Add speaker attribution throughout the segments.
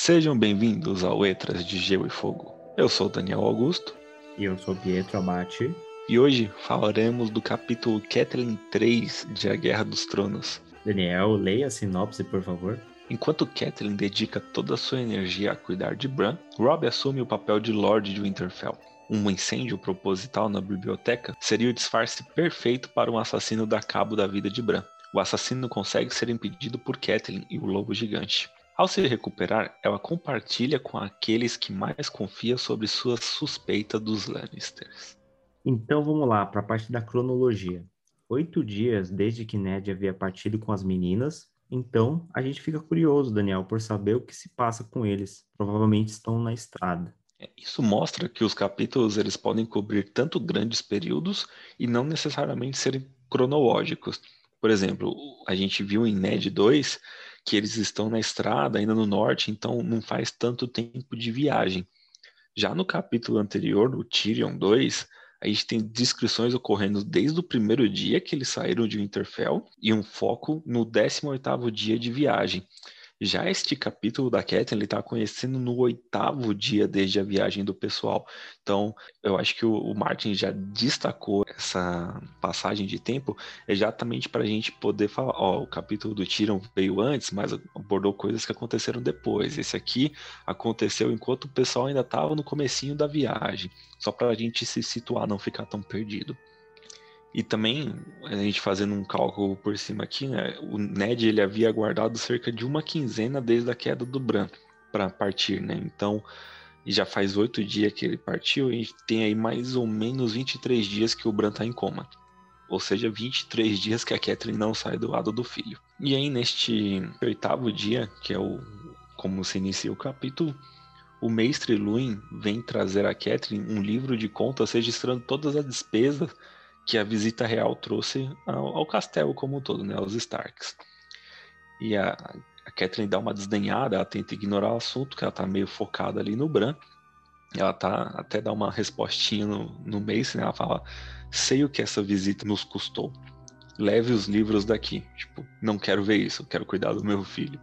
Speaker 1: Sejam bem-vindos ao Letras de Gelo e Fogo. Eu sou Daniel Augusto
Speaker 2: E eu sou Pietro Abate.
Speaker 1: e hoje falaremos do capítulo Catelyn 3 de A Guerra dos Tronos.
Speaker 2: Daniel, leia a sinopse, por favor.
Speaker 1: Enquanto Catelyn dedica toda a sua energia a cuidar de Bran, Robb assume o papel de Lorde de Winterfell. Um incêndio proposital na biblioteca seria o disfarce perfeito para um assassino dar cabo da vida de Bran. O assassino consegue ser impedido por Catelyn e o Lobo Gigante. Ao se recuperar, ela compartilha com aqueles que mais confia sobre sua suspeita dos Lannisters.
Speaker 2: Então vamos lá para a parte da cronologia. 8 dias desde que Ned havia partido com as meninas. Então a gente fica curioso, Daniel, por saber o que se passa com eles. Provavelmente estão na estrada.
Speaker 1: Isso mostra que os capítulos eles podem cobrir tanto grandes períodos e não necessariamente serem cronológicos. Por exemplo, a gente viu em Ned 2 que eles estão na estrada, ainda no norte, então não faz tanto tempo de viagem. Já no capítulo anterior, o Tyrion 2, a gente tem descrições ocorrendo desde o primeiro dia que eles saíram de Winterfell e um foco no 18º dia de viagem. Já este capítulo da Catelyn, ele está conhecendo no 8º dia desde a viagem do pessoal. Então, eu acho que o Martin já destacou essa passagem de tempo exatamente para a gente poder falar, ó, o capítulo do Tyrion veio antes, mas abordou coisas que aconteceram depois. Esse aqui aconteceu enquanto o pessoal ainda estava no comecinho da viagem, só para a gente se situar, não ficar tão perdido. E também, a gente fazendo um cálculo por cima aqui, né, o Ned ele havia aguardado cerca de uma quinzena desde a queda do Bran para partir, né? Então, já faz 8 dias que ele partiu e tem aí mais ou menos 23 dias que o Bran está em coma. Ou seja, 23 dias que a Catelyn não sai do lado do filho. E aí, neste 8º dia, que é como se inicia o capítulo, o mestre Luwin vem trazer a Catelyn um livro de contas registrando todas as despesas que a visita real trouxe ao castelo como um todo, né, aos Starks. E a Catelyn dá uma desdenhada, ela tenta ignorar o assunto, que ela tá meio focada ali no Bran. Ela até dá uma respostinha no Mace, né, ela fala, sei o que essa visita nos custou. Leve os livros daqui. Tipo, não quero ver isso, eu quero cuidar do meu filho.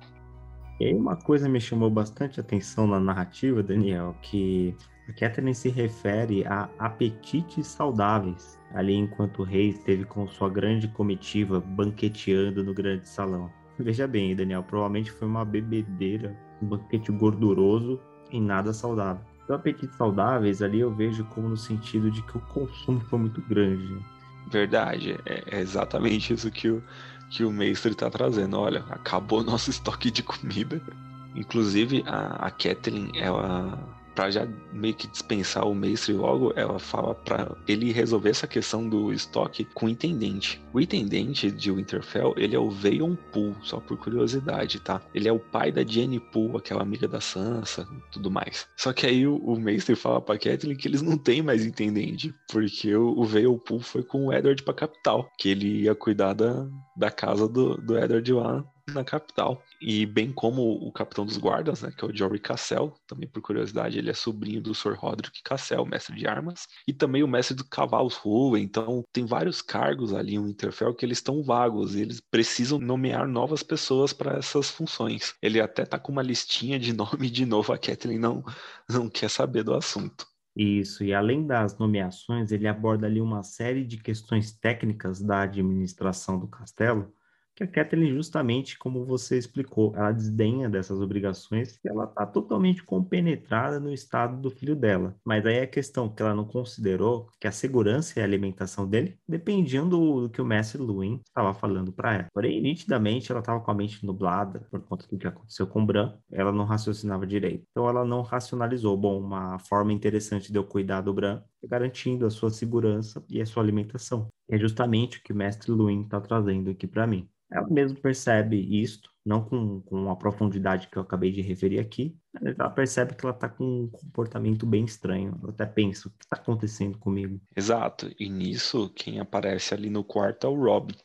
Speaker 2: E aí uma coisa me chamou bastante atenção na narrativa, Daniel, que a Catelyn se refere a apetites saudáveis, ali enquanto o rei esteve com sua grande comitiva banqueteando no grande salão. Veja bem, Daniel, provavelmente foi uma bebedeira, um banquete gorduroso e nada saudável. Então, apetites saudáveis ali eu vejo como no sentido de que o consumo foi muito grande.
Speaker 1: Verdade, é exatamente isso que o mestre está trazendo. Olha, acabou nosso estoque de comida. Inclusive, a Catelyn, ela, pra já meio que dispensar o mestre logo, ela fala pra ele resolver essa questão do estoque com o intendente. O intendente de Winterfell, ele é o Veyon Poole, só por curiosidade, tá? Ele é o pai da Jenny Poole, aquela amiga da Sansa e tudo mais. Só que aí o mestre fala pra Catelyn que eles não têm mais intendente, porque o Veyon Poole foi com o Eddard pra capital, que ele ia cuidar da casa do Eddard lá na capital. E bem como o capitão dos guardas, né, que é o Jory Cassel, também por curiosidade, ele é sobrinho do Sir Roderick Cassel, mestre de armas, e também o mestre do cavalos Rua. Então tem vários cargos ali no Winterfell que eles estão vagos, e eles precisam nomear novas pessoas para essas funções. Ele até tá com uma listinha de nome de novo, a Catelyn não quer saber do assunto.
Speaker 2: Isso, e além das nomeações, ele aborda ali uma série de questões técnicas da administração do castelo, que a Catelyn, justamente como você explicou, ela desdenha dessas obrigações e ela está totalmente compenetrada no estado do filho dela. Mas aí a questão que ela não considerou que a segurança e a alimentação dele dependiam do que o mestre Luwin estava falando para ela. Porém, nitidamente, ela estava com a mente nublada por conta do que aconteceu com o Bran, ela não raciocinava direito. Então, ela não racionalizou. Bom, uma forma interessante de eu cuidar do Bran é garantindo a sua segurança e a sua alimentação. E é justamente o que o mestre Luwin está trazendo aqui para mim. Ela mesmo percebe isto, não com a profundidade que eu acabei de referir aqui, mas ela percebe que ela está com um comportamento bem estranho. Ela até pensa, o que está acontecendo comigo?
Speaker 1: Exato, e nisso quem aparece ali no quarto é o Robb.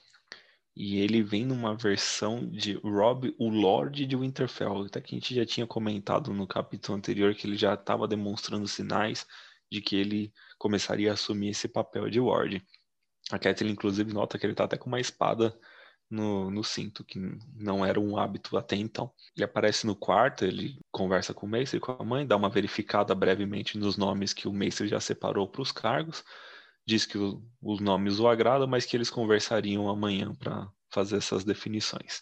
Speaker 1: E ele vem numa versão de Robb, o Lorde de Winterfell. Até que a gente já tinha comentado no capítulo anterior que ele já estava demonstrando sinais de que ele começaria a assumir esse papel de Lorde. A Catelyn, inclusive, nota que ele está até com uma espada no cinto, que não era um hábito até então. Ele aparece no quarto, ele conversa com o Mace e com a mãe, dá uma verificada brevemente nos nomes que o Mace já separou para os cargos, diz que os nomes o agradam, mas que eles conversariam amanhã para fazer essas definições.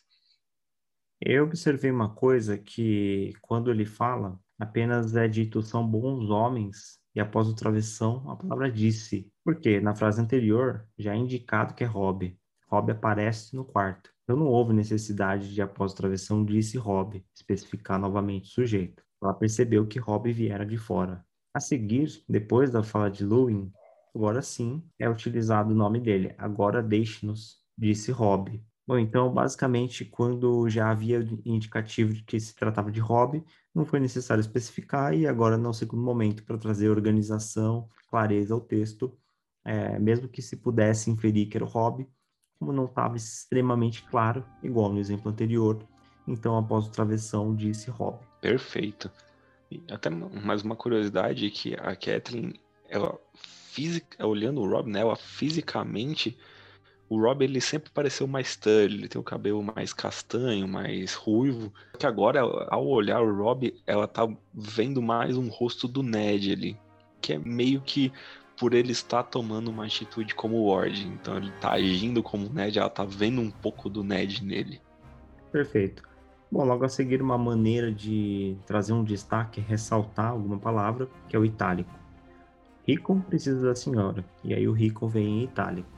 Speaker 2: Eu observei uma coisa que, quando ele fala, apenas é dito são bons homens, e após o travessão, a palavra disse. Porque na frase anterior já é indicado que é Rob. Rob aparece no quarto. Então não houve necessidade de, após o travessão, disse Rob, especificar novamente o sujeito. Ela percebeu que Rob viera de fora. A seguir, depois da fala de Lewin, agora sim é utilizado o nome dele. Agora deixe-nos, disse Rob. Bom, então, basicamente, quando já havia indicativo de que se tratava de hobby, não foi necessário especificar, e agora, no segundo momento, para trazer organização, clareza ao texto, mesmo que se pudesse inferir que era o hobby, como não estava extremamente claro, igual no exemplo anterior, então, após o travessão, disse hobby.
Speaker 1: Perfeito. E até mais uma curiosidade, que a Kathleen, ela olhando o Rob, né, ela fisicamente, o Rob ele sempre pareceu mais turly, ele tem o cabelo mais castanho, mais ruivo. Só que agora, ao olhar o Rob, ela tá vendo mais um rosto do Ned ali, que é meio que por ele estar tomando uma atitude como Ward. Então ele tá agindo como Ned, ela tá vendo um pouco do Ned nele.
Speaker 2: Perfeito. Bom, logo a seguir, uma maneira de trazer um destaque, ressaltar alguma palavra, que é o itálico. Rickon precisa da senhora, e aí o Rickon vem em itálico.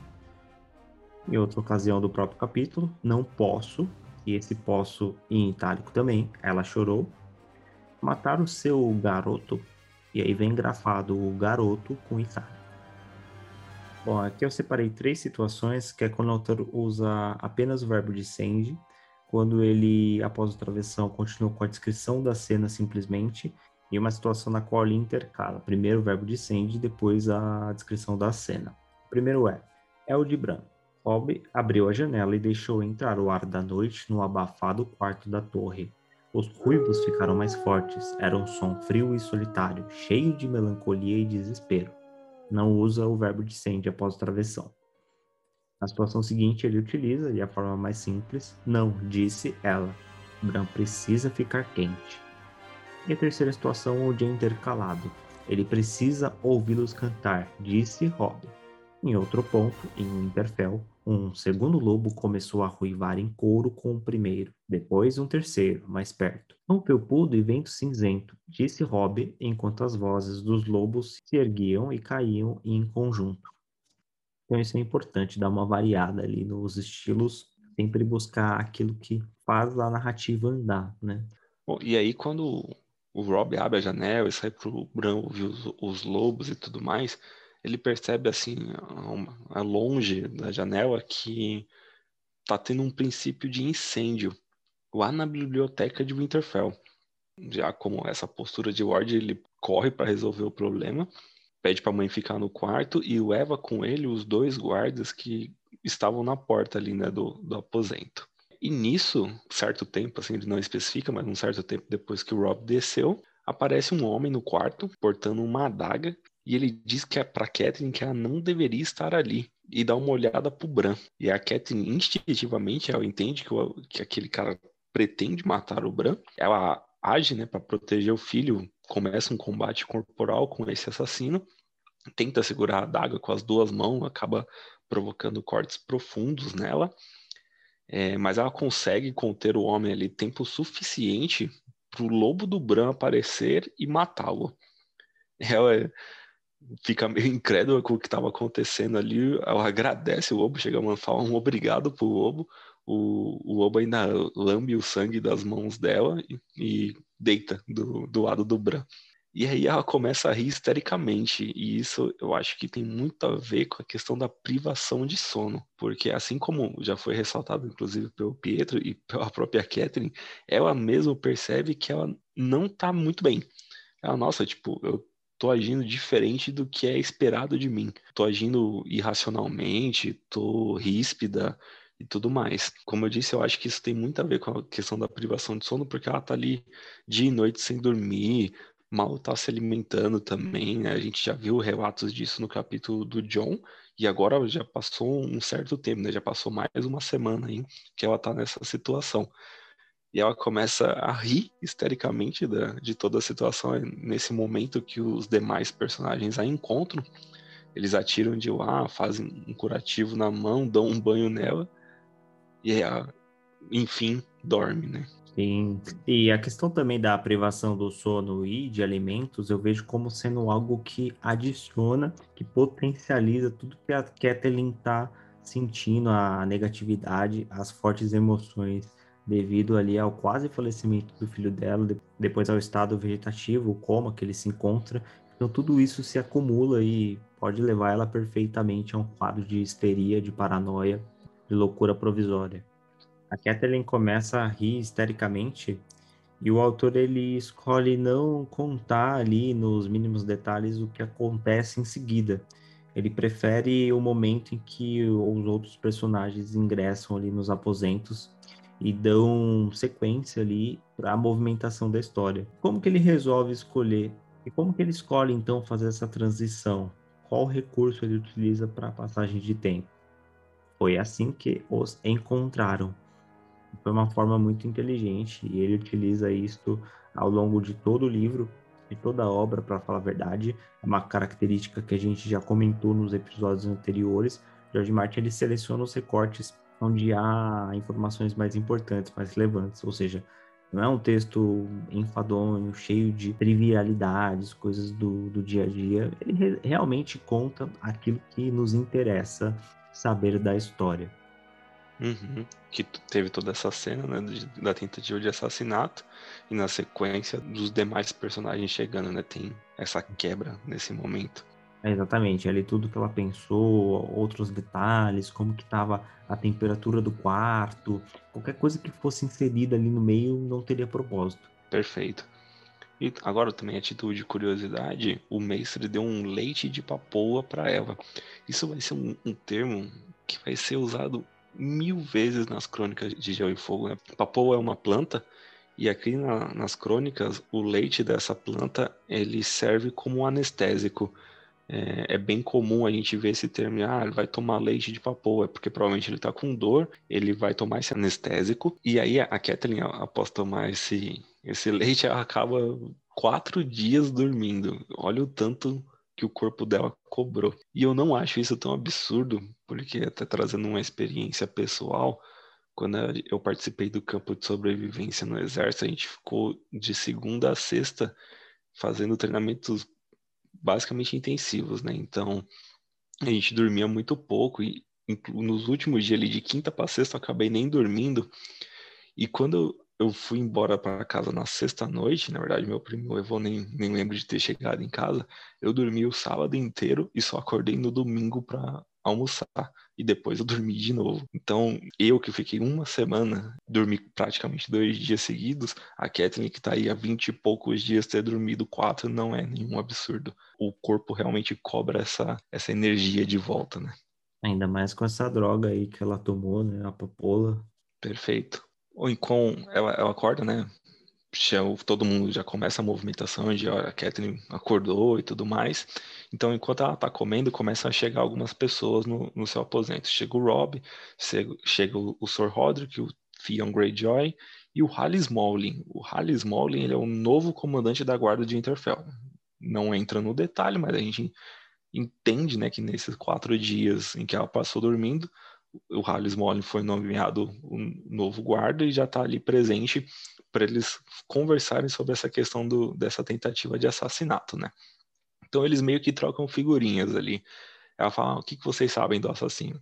Speaker 2: Em outra ocasião do próprio capítulo, não posso, e esse posso em itálico também, ela chorou. Matar o seu garoto, e aí vem grafado o garoto com itálico. Bom, aqui eu separei 3 situações, que é quando o autor usa apenas o verbo descende, quando ele, após a travessão, continua com a descrição da cena simplesmente, e uma situação na qual ele intercala. Primeiro o verbo descende, depois a descrição da cena. O primeiro é o de branco. Bob abriu a janela e deixou entrar o ar da noite no abafado quarto da torre. Os ruivos ficaram mais fortes, era um som frio e solitário, cheio de melancolia e desespero. Não usa o verbo descende após a travessão. Na situação seguinte, ele utiliza, de a forma mais simples, não, disse ela. Bran precisa ficar quente. E a terceira situação, o de intercalado. Ele precisa ouvi-los cantar, disse Rob. Em outro ponto, em Winterfell, um segundo lobo começou a ruivar em coro com o primeiro, depois um terceiro, mais perto. Um felpudo e vento cinzento, disse Rob, enquanto as vozes dos lobos se erguiam e caíam em conjunto. Então isso é importante, dar uma variada ali nos estilos, sempre buscar aquilo que faz a narrativa andar, né?
Speaker 1: Bom, e aí quando o Rob abre a janela e sai pro Bran ouvir os lobos e tudo mais, ele percebe assim, a longe da janela, que tá tendo um princípio de incêndio lá na biblioteca de Winterfell. Já como essa postura de Ward, ele corre para resolver o problema, pede para a mãe ficar no quarto e leva com ele os 2 guardas que estavam na porta ali, né, do aposento. E nisso, certo tempo, assim, ele não especifica, mas um certo tempo depois que o Rob desceu, aparece um homem no quarto portando uma adaga e ele diz que é para Catelyn que ela não deveria estar ali e dá uma olhada pro Bran. E a Catelyn instintivamente ela entende que aquele cara pretende matar o Bran. Ela age, né, para proteger o filho. Começa um combate corporal com esse assassino, tenta segurar a adaga com as 2 mãos, acaba provocando cortes profundos nela. Mas ela consegue conter o homem ali tempo suficiente para o lobo do Bran aparecer e matá-lo. Ela fica meio incrédula com o que estava acontecendo ali. Ela agradece o lobo, chega a falar um obrigado pro lobo. O lobo ainda lambe o sangue das mãos dela e deita do lado do Bran. E aí ela começa a rir histericamente, e isso eu acho que tem muito a ver com a questão da privação de sono, porque assim como já foi ressaltado inclusive pelo Pietro e pela própria Catherine, ela mesma percebe que ela não tá muito bem. Ela, nossa, tipo, eu tô agindo diferente do que é esperado de mim. Tô agindo irracionalmente, tô ríspida e tudo mais. Como eu disse, eu acho que isso tem muito a ver com a questão da privação de sono, porque ela tá ali dia e noite sem dormir, mal tá se alimentando também, né? A gente já viu relatos disso no capítulo do Jon, E agora já passou um certo tempo, né? Já passou mais uma semana aí que ela tá nessa situação. E ela começa a rir histericamente de toda a situação. Nesse momento que os demais personagens a encontram, eles atiram de lá, fazem um curativo na mão, dão um banho nela e ela, enfim, dorme, né?
Speaker 2: Sim. E a questão também da privação do sono e de alimentos, eu vejo como sendo algo que adiciona, que potencializa tudo que a Kathleen está sentindo, a negatividade, as fortes emoções, devido ali ao quase falecimento do filho dela, depois ao estado vegetativo, o coma que ele se encontra. Então, tudo isso se acumula e pode levar ela perfeitamente a um quadro de histeria, de paranoia, de loucura provisória. A Kathleen começa a rir histericamente e o autor ele escolhe não contar ali nos mínimos detalhes o que acontece em seguida. Ele prefere o momento em que os outros personagens ingressam ali nos aposentos e dão sequência ali para a movimentação da história. Como que ele resolve escolher e como que ele escolhe então fazer essa transição? Qual recurso ele utiliza para a passagem de tempo? Foi assim que os encontraram. Foi uma forma muito inteligente e ele utiliza isso ao longo de todo o livro, de toda a obra, para falar a verdade. É uma característica que a gente já comentou nos episódios anteriores. George Martin ele seleciona os recortes onde há informações mais importantes, mais relevantes, ou seja, não é um texto enfadonho, cheio de trivialidades, coisas do dia a dia. Ele realmente conta aquilo que nos interessa saber da história.
Speaker 1: Uhum. Que teve toda essa cena, né, da tentativa de assassinato e na sequência dos demais personagens chegando, né, tem essa quebra nesse momento.
Speaker 2: É, exatamente, ali tudo que ela pensou, outros detalhes, como que estava a temperatura do quarto, qualquer coisa que fosse inserida ali no meio não teria propósito.
Speaker 1: Perfeito. E agora também a título de curiosidade, o mestre deu um leite de papoula para ela. Isso vai ser um termo que vai ser usado 1000 vezes nas crônicas de Gelo e Fogo, né? Papoula é uma planta e aqui nas crônicas o leite dessa planta ele serve como anestésico. É bem comum a gente ver esse termo, ele vai tomar leite de papoula, porque provavelmente ele está com dor, ele vai tomar esse anestésico, e aí a Kathleen, após tomar esse leite, ela acaba 4 dias dormindo. Olha o tanto que o corpo dela cobrou. E eu não acho isso tão absurdo, porque até trazendo uma experiência pessoal, quando eu participei do campo de sobrevivência no exército, a gente ficou de segunda a sexta fazendo treinamentos basicamente intensivos, né? Então, a gente dormia muito pouco e nos últimos dias ali de quinta para sexta eu acabei nem dormindo. E quando eu fui embora para casa na sexta noite, na verdade meu primo levou, nem lembro de ter chegado em casa, eu dormi o sábado inteiro e só acordei no domingo para almoçar. E depois eu dormi de novo. Então, eu que fiquei uma semana, dormi praticamente 2 dias seguidos, a Kathleen que tá aí há 20 e poucos dias ter dormido 4 não é nenhum absurdo. O corpo realmente cobra essa energia de volta, né?
Speaker 2: Ainda mais com essa droga aí que ela tomou, né, a papoula.
Speaker 1: Perfeito. Ou então ela acorda, né? Todo mundo já começa a movimentação de a Catherine acordou e tudo mais. Então, enquanto ela tá comendo, começam a chegar algumas pessoas no seu aposento. Chega o Rob, chega o Sir Roderick, o Theon Greyjoy e o Hally Smallin. O Hally Smallin, ele é o novo comandante da guarda de Winterfell. Não entra no detalhe, mas a gente entende, né, que nesses 4 dias em que ela passou dormindo, o Hally Smallin foi nomeado um novo guarda e já está ali presente para eles conversarem sobre essa questão dessa tentativa de assassinato, né? Então eles meio que trocam figurinhas ali. Ela fala, o que vocês sabem do assassino?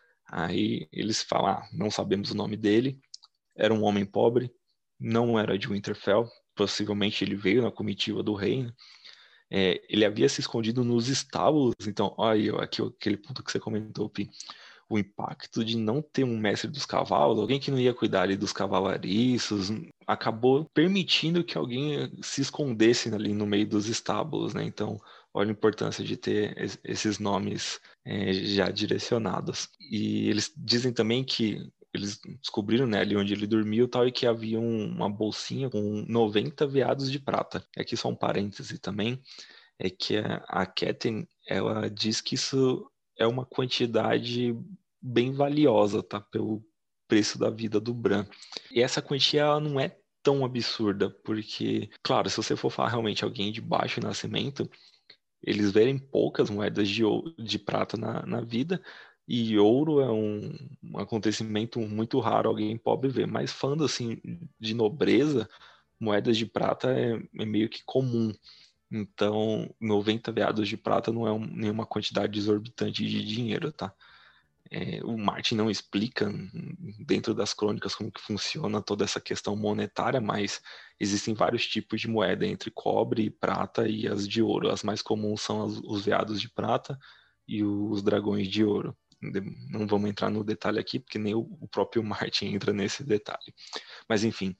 Speaker 1: Aí eles falam, não sabemos o nome dele, era um homem pobre, não era de Winterfell, possivelmente ele veio na comitiva do rei, né? Ele havia se escondido nos estábulos, então, olha, aqui aquele ponto que você comentou, Pi, o impacto de não ter um mestre dos cavalos, alguém que não ia cuidar ali dos cavalariços, acabou permitindo que alguém se escondesse ali no meio dos estábulos, né? Então, olha a importância de ter esses nomes já direcionados. E eles dizem também que eles descobriram, né, ali onde ele dormiu tal, e que havia uma bolsinha com 90 veados de prata. Aqui só um parêntese também, é que a Kathleen, ela diz que isso é uma quantidade bem valiosa, tá? Pelo preço da vida do Bran. E essa quantia ela não é tão absurda, porque, claro, se você for falar realmente alguém de baixo nascimento, eles verem poucas moedas de prata na vida, e ouro é um acontecimento muito raro alguém pobre ver. Mas falando assim de nobreza, moedas de prata é meio que comum. Então, 90 veados de prata não é nenhuma quantidade exorbitante de dinheiro, tá? O Martin não explica dentro das crônicas como que funciona toda essa questão monetária, mas existem vários tipos de moeda entre cobre e prata e as de ouro. As mais comuns são os veados de prata e os dragões de ouro. Não vamos entrar no detalhe aqui, porque nem o próprio Martin entra nesse detalhe. Mas enfim,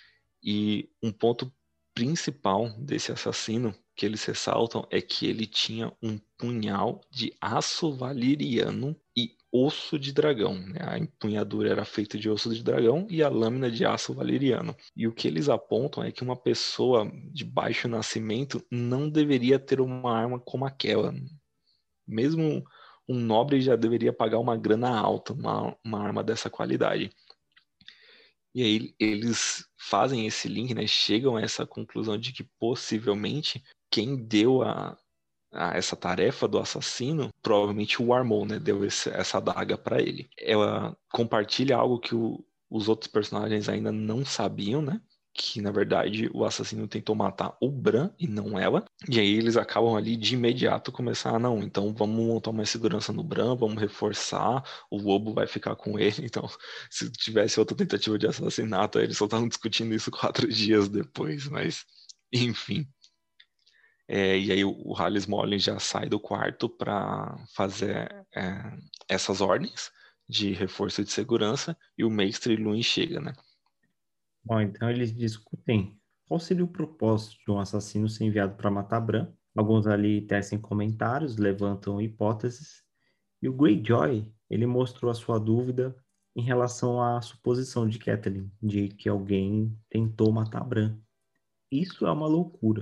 Speaker 1: e um ponto principal desse assassino que eles ressaltam é que ele tinha um punhal de aço valeriano e osso de dragão, né? A empunhadura era feita de osso de dragão e a lâmina de aço valeriano. E o que eles apontam é que uma pessoa de baixo nascimento não deveria ter uma arma como aquela. Mesmo um nobre já deveria pagar uma grana alta, uma arma dessa qualidade. E aí eles fazem esse link, né? Chegam a essa conclusão de que possivelmente quem deu a essa tarefa do assassino, provavelmente o Armon, né? Deu essa adaga para ele. Ela compartilha algo que os outros personagens ainda não sabiam, né? Que na verdade o assassino tentou matar o Bran e não ela. E aí eles acabam ali de imediato começar, não, então vamos montar uma segurança no Bran, vamos reforçar, o Lobo vai ficar com ele. Então, se tivesse outra tentativa de assassinato, eles só estavam discutindo isso 4 dias depois, mas enfim. E aí o Hales Molly já sai do quarto para fazer essas ordens de reforço de segurança e o Mestre Luin chega, né?
Speaker 2: Bom, então eles discutem qual seria o propósito de um assassino ser enviado para matar Bran. Alguns ali tecem comentários, levantam hipóteses, e o Greyjoy, ele mostrou a sua dúvida em relação à suposição de Catelyn, de que alguém tentou matar Bran. Isso é uma loucura.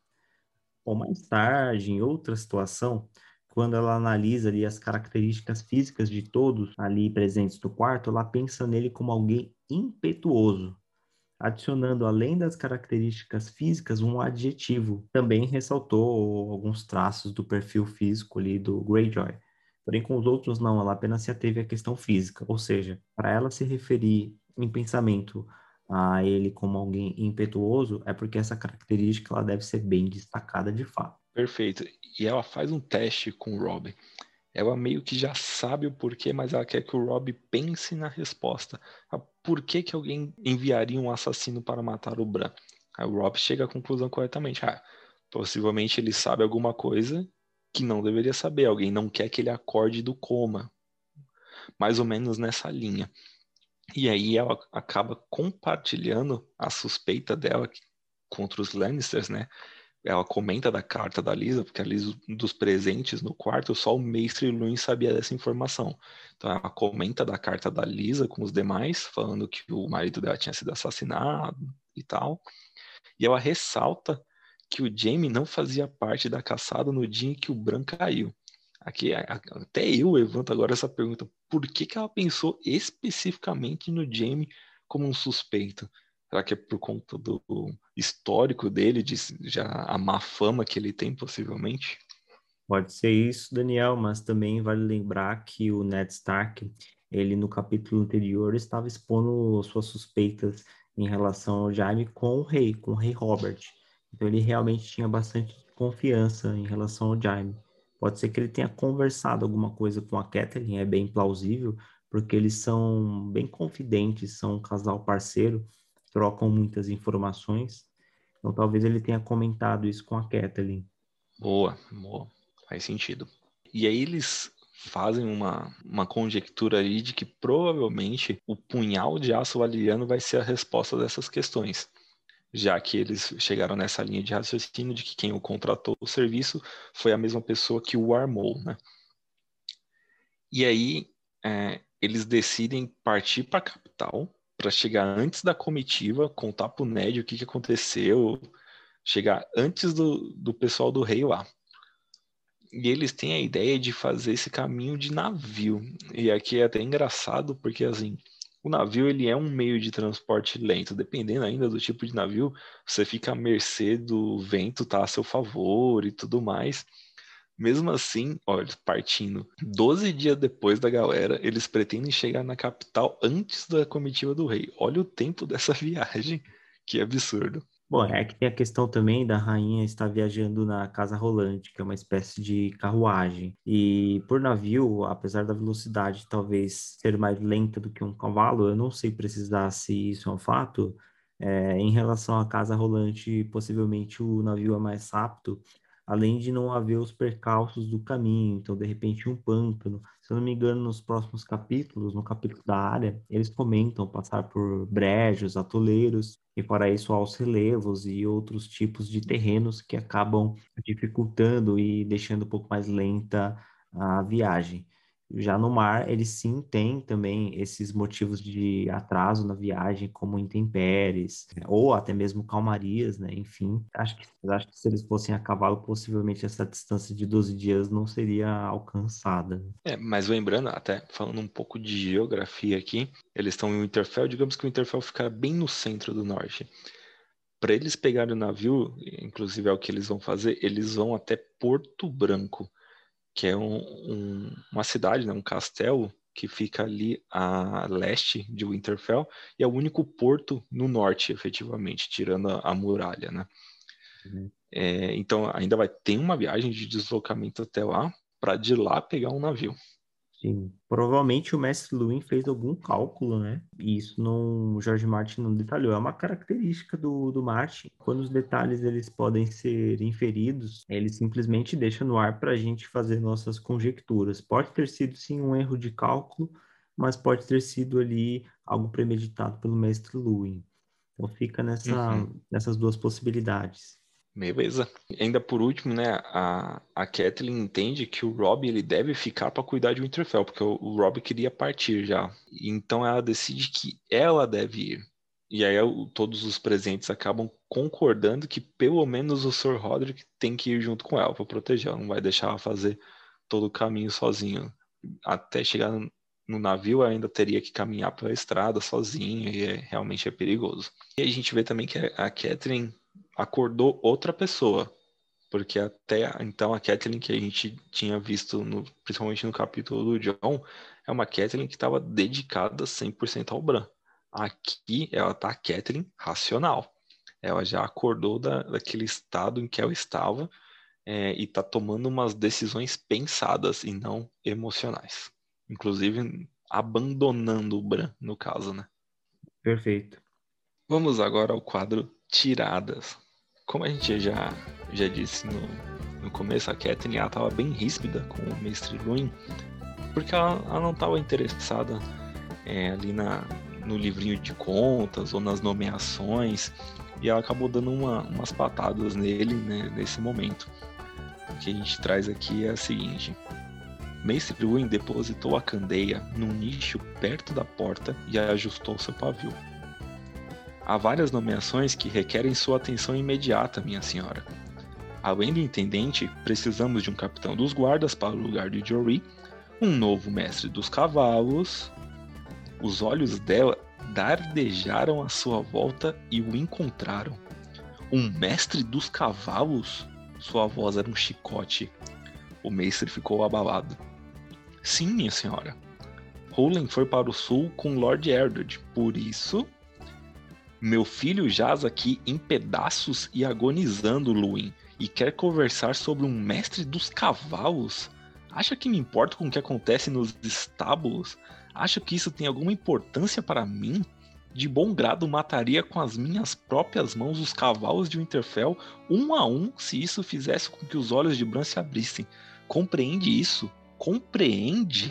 Speaker 2: Bom, mais tarde, em outra situação, quando ela analisa ali as características físicas de todos ali presentes no quarto, ela pensa nele como alguém impetuoso, adicionando, além das características físicas, um adjetivo. Também ressaltou alguns traços do perfil físico ali do Greyjoy. Porém, com os outros não, ela apenas se ateve à questão física. Ou seja, para ela se referir em pensamento a ele como alguém impetuoso, é porque essa característica ela deve ser bem destacada de fato.
Speaker 1: Perfeito. E ela faz um teste com o Robb. Ela meio que já sabe o porquê, mas ela quer que o Robb pense na resposta. Por que que alguém enviaria um assassino para matar o Bran? Aí o Robb chega à conclusão corretamente. Possivelmente ele sabe alguma coisa que não deveria saber. Alguém não quer que ele acorde do coma. Mais ou menos nessa linha. E aí ela acaba compartilhando a suspeita dela contra os Lannisters, né? Ela comenta da carta da Lisa, porque a Lisa, dos presentes no quarto, só o Mestre Luin sabia dessa informação. Então ela comenta da carta da Lisa com os demais, falando que o marido dela tinha sido assassinado e tal. E ela ressalta que o Jaime não fazia parte da caçada no dia em que o Bran caiu. Aqui, até eu levanto agora essa pergunta. Por que que ela pensou especificamente no Jaime como um suspeito? Será que é por conta do histórico dele, de já a má fama que ele tem, possivelmente?
Speaker 2: Pode ser isso, Daniel, mas também vale lembrar que o Ned Stark, ele no capítulo anterior estava expondo suas suspeitas em relação ao Jaime com o rei Robert. Então ele realmente tinha bastante confiança em relação ao Jaime. Pode ser que ele tenha conversado alguma coisa com a Catelyn, é bem plausível, porque eles são bem confidentes, são um casal parceiro, trocam muitas informações. Então talvez ele tenha comentado isso com a Catelyn.
Speaker 1: Boa, boa. Faz sentido. E aí eles fazem uma conjectura aí de que provavelmente o punhal de aço valeriano vai ser a resposta dessas questões, já que eles chegaram nessa linha de raciocínio de que quem o contratou o serviço foi a mesma pessoa que o armou, né? E aí eles decidem partir para a capital para chegar antes da comitiva, contar pro Ned o que aconteceu, chegar antes do pessoal do rei lá. E eles têm a ideia de fazer esse caminho de navio. E aqui é até engraçado, porque assim, o navio ele é um meio de transporte lento. Dependendo ainda do tipo de navio, você fica à mercê do vento tá a seu favor e tudo mais. Mesmo assim, olha, partindo 12 dias depois da galera, eles pretendem chegar na capital antes da comitiva do rei. Olha o tempo dessa viagem, que absurdo.
Speaker 2: Bom, é que tem a questão também da rainha estar viajando na casa rolante, que é uma espécie de carruagem. E por navio, apesar da velocidade talvez ser mais lenta do que um cavalo, eu não sei precisar se isso é um fato. Em relação à casa rolante, possivelmente o navio é mais rápido, além de não haver os percalços do caminho. Então, de repente, um pântano. Se eu não me engano, nos próximos capítulos, no capítulo da área, eles comentam passar por brejos, atoleiros, e para isso há os relevos e outros tipos de terrenos que acabam dificultando e deixando um pouco mais lenta a viagem. Já no mar, ele sim tem também esses motivos de atraso na viagem, como intempéries, ou até mesmo calmarias, né? Enfim, acho que se eles fossem a cavalo, possivelmente essa distância de 12 dias não seria alcançada.
Speaker 1: Mas lembrando, até falando um pouco de geografia aqui, eles estão em Winterfell, digamos que o Winterfell fica bem no centro do norte. Para eles pegarem o navio, inclusive é o que eles vão fazer, eles vão até Porto Branco, que é uma cidade, né, um castelo que fica ali a leste de Winterfell e é o único porto no norte, efetivamente, tirando a muralha, né?
Speaker 2: Uhum.
Speaker 1: Então ainda vai ter uma viagem de deslocamento até lá para de lá pegar um navio.
Speaker 2: Sim, provavelmente o mestre Luin fez algum cálculo, né? E isso não, o Jorge Martin não detalhou. É uma característica do Martin. Quando os detalhes eles podem ser inferidos, ele simplesmente deixa no ar para a gente fazer nossas conjecturas. Pode ter sido sim um erro de cálculo, mas pode ter sido ali algo premeditado pelo mestre Luin. Então fica
Speaker 1: Uhum.
Speaker 2: nessas duas possibilidades.
Speaker 1: Beleza. Ainda por último, né, a Catelyn entende que o Robb ele deve ficar para cuidar de Winterfell, porque o Robb queria partir já. Então ela decide que ela deve ir. E aí todos os presentes acabam concordando que pelo menos o Sir Roderick tem que ir junto com ela para proteger. Ela não vai deixar ela fazer todo o caminho sozinho. Até chegar no navio ainda teria que caminhar pela estrada sozinho e realmente é perigoso. E a gente vê também que a Catelyn acordou outra pessoa. Porque até então a Catelyn que a gente tinha visto, principalmente no capítulo do Jon, é uma Catelyn que estava dedicada 100% ao Bran. Aqui ela tá a Catelyn racional. Ela já acordou daquele estado em que ela estava e está tomando umas decisões pensadas e não emocionais. Inclusive abandonando o Bran, no caso, né?
Speaker 2: Perfeito.
Speaker 1: Vamos agora ao quadro Tiradas. Como a gente já disse no começo, a Catelyn estava bem ríspida com o Mestre Luin, porque ela não estava interessada ali no livrinho de contas ou nas nomeações, e ela acabou dando umas patadas nele, né, nesse momento. O que a gente traz aqui é a seguinte: Mestre Luin depositou a candeia num nicho perto da porta e ajustou seu pavio. Há várias nomeações que requerem sua atenção imediata, minha senhora. Além do intendente, precisamos de um capitão dos guardas para o lugar de Jory, um novo mestre dos cavalos. Os olhos dela dardejaram à sua volta e o encontraram. Um mestre dos cavalos? Sua voz era um chicote. O mestre ficou abalado. Sim, minha senhora. Roland foi para o sul com Lord Eardred, por isso... Meu filho jaz aqui em pedaços e agonizando, Luin, e quer conversar sobre um mestre dos cavalos? Acha que me importo com o que acontece nos estábulos? Acha que isso tem alguma importância para mim? De bom grado mataria com as minhas próprias mãos os cavalos de Winterfell, um a um, se isso fizesse com que os olhos de Bran se abrissem. Compreende isso? Compreende?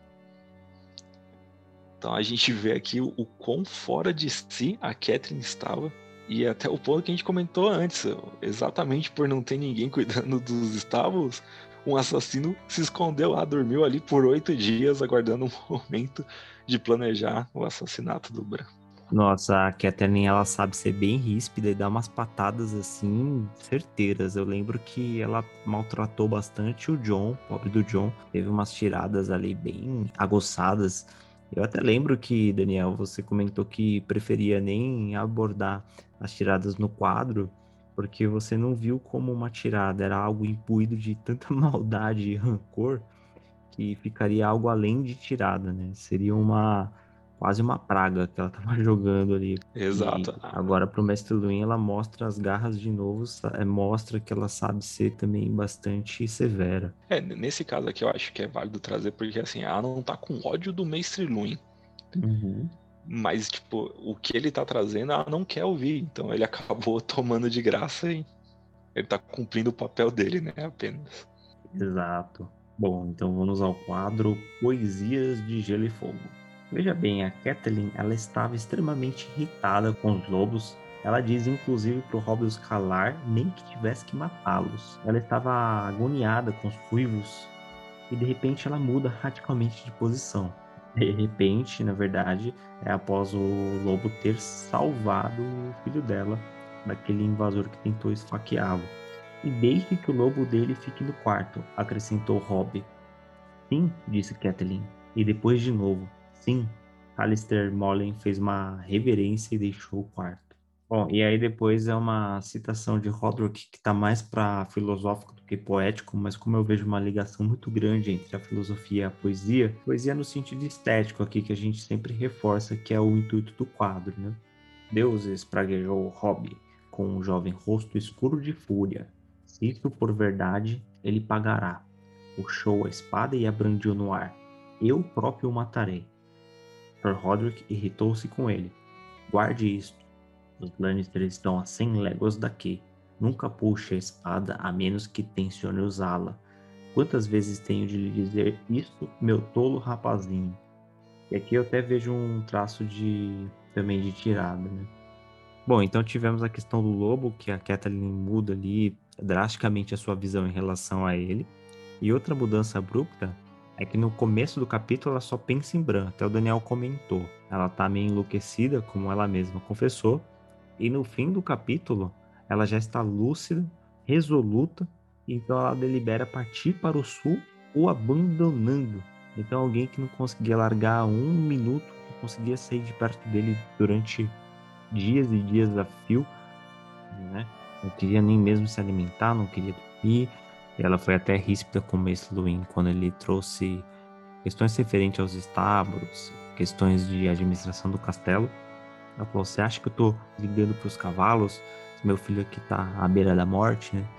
Speaker 1: Então a gente vê aqui o quão fora de si a Catelyn estava. E até o ponto que a gente comentou antes, exatamente por não ter ninguém cuidando dos estábulos, um assassino se escondeu lá, dormiu ali por 8 dias, aguardando um momento de planejar o assassinato do Bran.
Speaker 2: Nossa, a Catelyn, ela sabe ser bem ríspida e dar umas patadas assim, certeiras. Eu lembro que ela maltratou bastante o Jon, pobre do Jon. Teve umas tiradas ali bem aguçadas. Eu até lembro que, Daniel, você comentou que preferia nem abordar as tiradas no quadro, porque você não viu como uma tirada, era algo imbuído de tanta maldade e rancor que ficaria algo além de tirada, né? Seria uma quase uma praga que ela tava jogando ali.
Speaker 1: Exato.
Speaker 2: E agora pro Mestre Luin ela mostra as garras de novo, mostra que ela sabe ser também bastante severa.
Speaker 1: Nesse caso aqui eu acho que é válido trazer, porque assim, ela não tá com ódio do Mestre Luin.
Speaker 2: Uhum.
Speaker 1: Mas, tipo, o que ele tá trazendo, ela não quer ouvir. Então ele acabou tomando de graça e ele tá cumprindo o papel dele, né? Apenas.
Speaker 2: Exato. Bom, então vamos ao quadro Poesias de Gelo e Fogo. Veja bem, a Catelyn, ela estava extremamente irritada com os lobos. Ela diz, inclusive, para o Robb os calar, nem que tivesse que matá-los. Ela estava agoniada com os ruivos e, de repente, ela muda radicalmente de posição. De repente, na verdade, é após o lobo ter salvado o filho dela daquele invasor que tentou esfaqueá-lo. E deixe que o lobo dele fique no quarto, acrescentou Robb. Sim, disse Catelyn. E depois de novo. Sim. Alistair Mullen fez uma reverência e deixou o quarto. Bom, e aí depois é uma citação de Roderick que está mais para filosófico do que poético, mas como eu vejo uma ligação muito grande entre a filosofia e a poesia no sentido estético aqui que a gente sempre reforça, que é o intuito do quadro, né? Deuses, praguejou Robb, com um jovem rosto escuro de fúria. Se isso for verdade, ele pagará. Puxou a espada e a brandiu no ar. Eu próprio o matarei. Sir Roderick irritou-se com ele. Guarde isto. Os Lannisters estão a 100 léguas daqui. Nunca puxe a espada a menos que tencione usá-la. Quantas vezes tenho de lhe dizer isso, meu tolo rapazinho? E aqui eu até vejo um traço de também de tirada, né? Bom, então tivemos a questão do lobo, que a Catelyn muda ali drasticamente a sua visão em relação a ele. E outra mudança abrupta é que no começo do capítulo ela só pensa em Bran, até o Daniel comentou. Ela tá meio enlouquecida, como ela mesma confessou. E no fim do capítulo, ela já está lúcida, resoluta, então ela delibera partir para o sul o abandonando. Então alguém que não conseguia largar um minuto, não conseguia sair de perto dele durante dias e dias a fio, né? Não queria nem mesmo se alimentar, não queria dormir. Ela foi até ríspida com o Mace Luin quando ele trouxe questões referentes aos estábulos, questões de administração do castelo. Ela falou: Você acha que eu tô ligando para os cavalos? Meu filho aqui tá à beira da morte, né?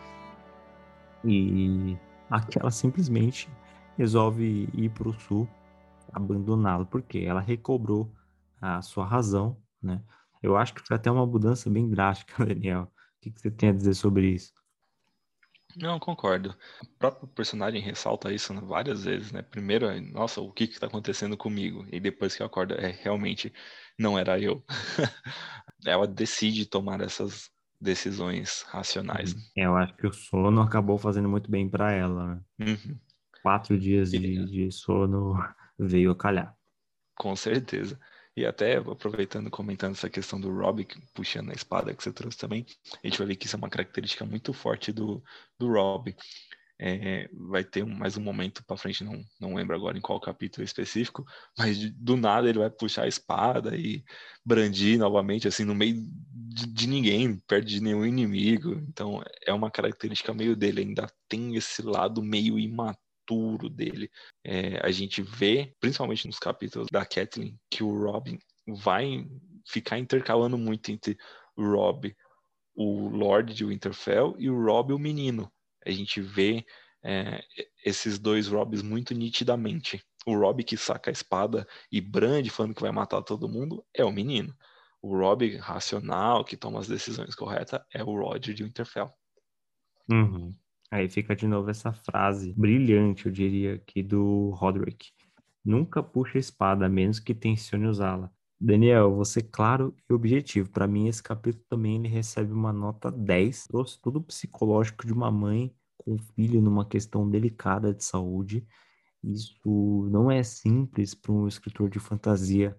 Speaker 2: E aqui ela simplesmente resolve ir para o sul, abandoná-lo, porque ela recobrou a sua razão, né? Eu acho que foi até uma mudança bem drástica, Daniel. O que você tem a dizer sobre isso?
Speaker 1: Não, concordo. O próprio personagem ressalta isso, né, várias vezes, né? Primeiro, nossa, o que que tá acontecendo comigo? E depois que eu acordo, realmente não era eu. Ela decide tomar essas decisões racionais.
Speaker 2: Eu acho que o sono acabou fazendo muito bem para ela, né?
Speaker 1: Uhum.
Speaker 2: 4 dias
Speaker 1: E,
Speaker 2: de sono veio a calhar.
Speaker 1: com certeza. E até aproveitando, comentando essa questão do Robb, puxando a espada que você trouxe também, a gente vai ver que isso é uma característica muito forte do Robb. Vai ter mais um momento para frente, não lembro agora em qual capítulo específico, mas do nada ele vai puxar a espada e brandir novamente, assim, no meio de ninguém, perto de nenhum inimigo. Então é uma característica meio dele, ainda tem esse lado meio imaturo dele. A gente vê, principalmente nos capítulos da Catelyn, que o Robin vai ficar intercalando muito entre o Robb, o Lorde de Winterfell, e o Robb, o menino. A gente vê é, esses dois Robbs muito nitidamente. O Robb que saca a espada e brande falando que vai matar todo mundo é o menino. O Robb racional, que toma as decisões corretas, é o Roger de Winterfell.
Speaker 2: Uhum. Aí fica de novo essa frase brilhante, eu diria, aqui do Roderick. Nunca puxe a espada, a menos que tencione usá-la. Daniel, você claro e objetivo. Para mim, esse capítulo também ele recebe uma nota 10. Trouxe todo o psicológico de uma mãe com um filho numa questão delicada de saúde. Isso não é simples para um escritor de fantasia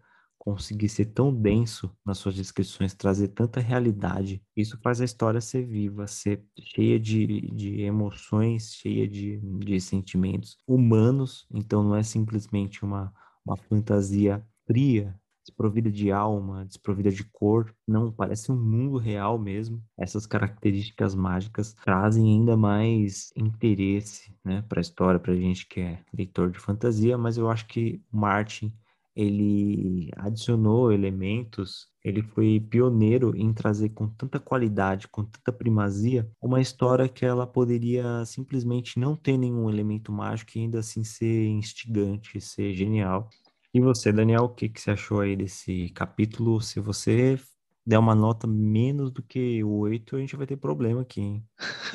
Speaker 2: conseguir ser tão denso nas suas descrições, trazer tanta realidade. Isso faz a história ser viva, ser cheia de emoções, cheia de sentimentos humanos. Então não é simplesmente uma fantasia fria, desprovida de alma, desprovida de cor. Não, parece um mundo real mesmo. Essas características mágicas trazem ainda mais interesse, né, para a história, para a gente que é leitor de fantasia, mas eu acho que o Martin ele adicionou elementos, ele foi pioneiro em trazer com tanta qualidade, com tanta primazia, uma história que ela poderia simplesmente não ter nenhum elemento mágico e ainda assim ser instigante, ser genial. E você, Daniel, o que que você achou aí desse capítulo? Se você der uma nota menos do que 8, a gente vai ter problema aqui, hein?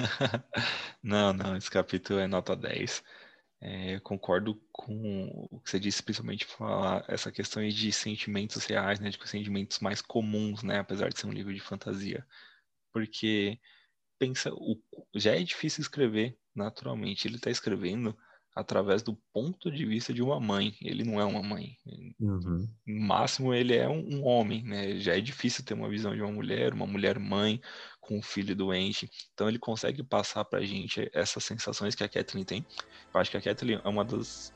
Speaker 1: Não, não, esse capítulo é nota 10. Eu concordo com o que você disse, principalmente falar essa questão aí de sentimentos reais, né, de sentimentos mais comuns, né, apesar de ser um livro de fantasia. Porque pensa, já é difícil escrever naturalmente. Ele está escrevendo através do ponto de vista de uma mãe. Ele não é uma mãe.
Speaker 2: Uhum.
Speaker 1: No máximo, ele é um homem, né? Já é difícil ter uma visão de uma mulher mãe com um filho doente. Então, ele consegue passar pra gente essas sensações que a Kathleen tem. Eu acho que a Kathleen é uma das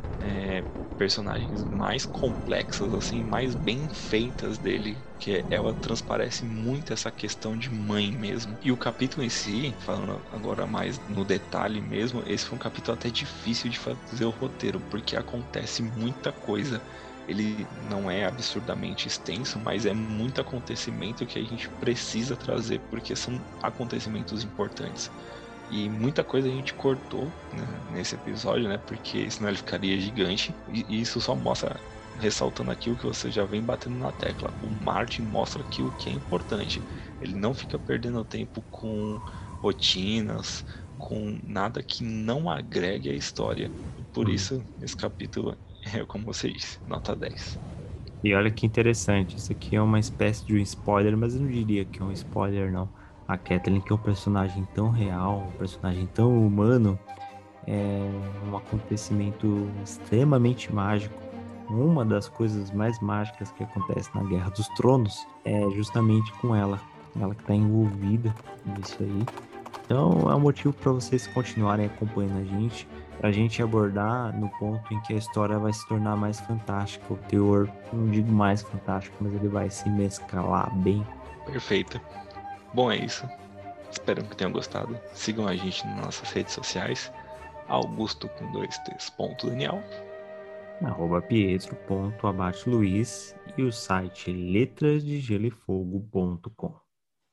Speaker 1: personagens mais complexas, assim, mais bem feitas dele, que ela transparece muito essa questão de mãe mesmo. E o capítulo em si, falando agora mais no detalhe mesmo, esse foi um capítulo até difícil de fazer o roteiro, porque acontece muita coisa. Ele não é absurdamente extenso, mas é muito acontecimento que a gente precisa trazer, porque são acontecimentos importantes. E muita coisa a gente cortou, né, nesse episódio, né? Porque senão ele ficaria gigante. E isso só mostra, ressaltando aqui o que você já vem batendo na tecla. O Martin mostra aqui o que é importante. Ele não fica perdendo tempo com rotinas, com nada que não agregue a história. Por
Speaker 2: Hum.
Speaker 1: isso, esse capítulo é, como você disse, nota 10.
Speaker 2: E olha que interessante, isso aqui é uma espécie de um spoiler, mas eu não diria que é um spoiler, não. A Kathleen, que é um personagem tão real, um personagem tão humano, é um acontecimento extremamente mágico. Uma das coisas mais mágicas que acontece na Guerra dos Tronos é justamente com ela. Ela que está envolvida nisso aí. Então é um motivo para vocês continuarem acompanhando a gente, para a gente abordar no ponto em que a história vai se tornar mais fantástica. O teor, não digo mais fantástico, mas ele vai se mesclar bem.
Speaker 1: Perfeito. Bom, é isso. Espero que tenham gostado. Sigam a gente nas nossas redes sociais. Augusto com dois T's, ponto Daniel.
Speaker 2: @pietro.abate luiz e o site letrasdegelefogo.com.